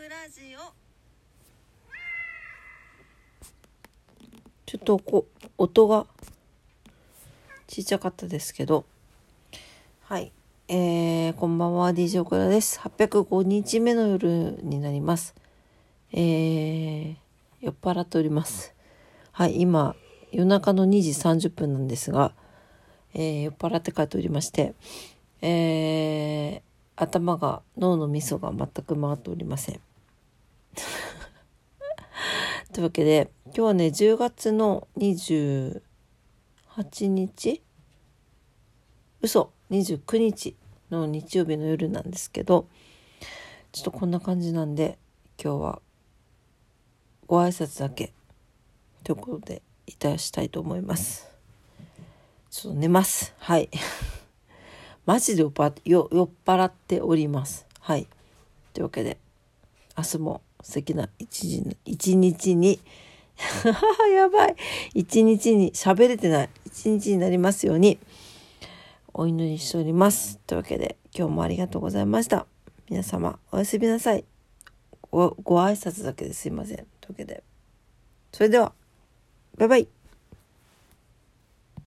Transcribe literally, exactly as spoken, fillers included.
ラジオ。 ちょっとこう音がちっちゃかったですけど、はい、えー、こんばんは ディージェー オクラです。はっぴゃくごにちめの夜になります。えー、酔っ払っております。はい、今夜中のにじさんじゅっぷんなんですが、えー、酔っ払って帰っておりまして、えー、頭が脳の味噌が全く回っておりません。というわけで今日はねじゅうがつのにじゅうはちにち嘘にじゅうくにちの日曜日の夜なんですけど、ちょっとこんな感じなんで今日はご挨拶だけということでいたしたいと思います。ちょっと寝ます。はいマジで酔っ払ってよ酔っ払っております。はい、というわけで明日も素敵な一日一日にやばい一日に喋れてない一日になりますようにお祈りしております。というわけで今日もありがとうございました。皆様おやすみなさい。ご、ご挨拶だけですいません。というわけでそれではバイバイ。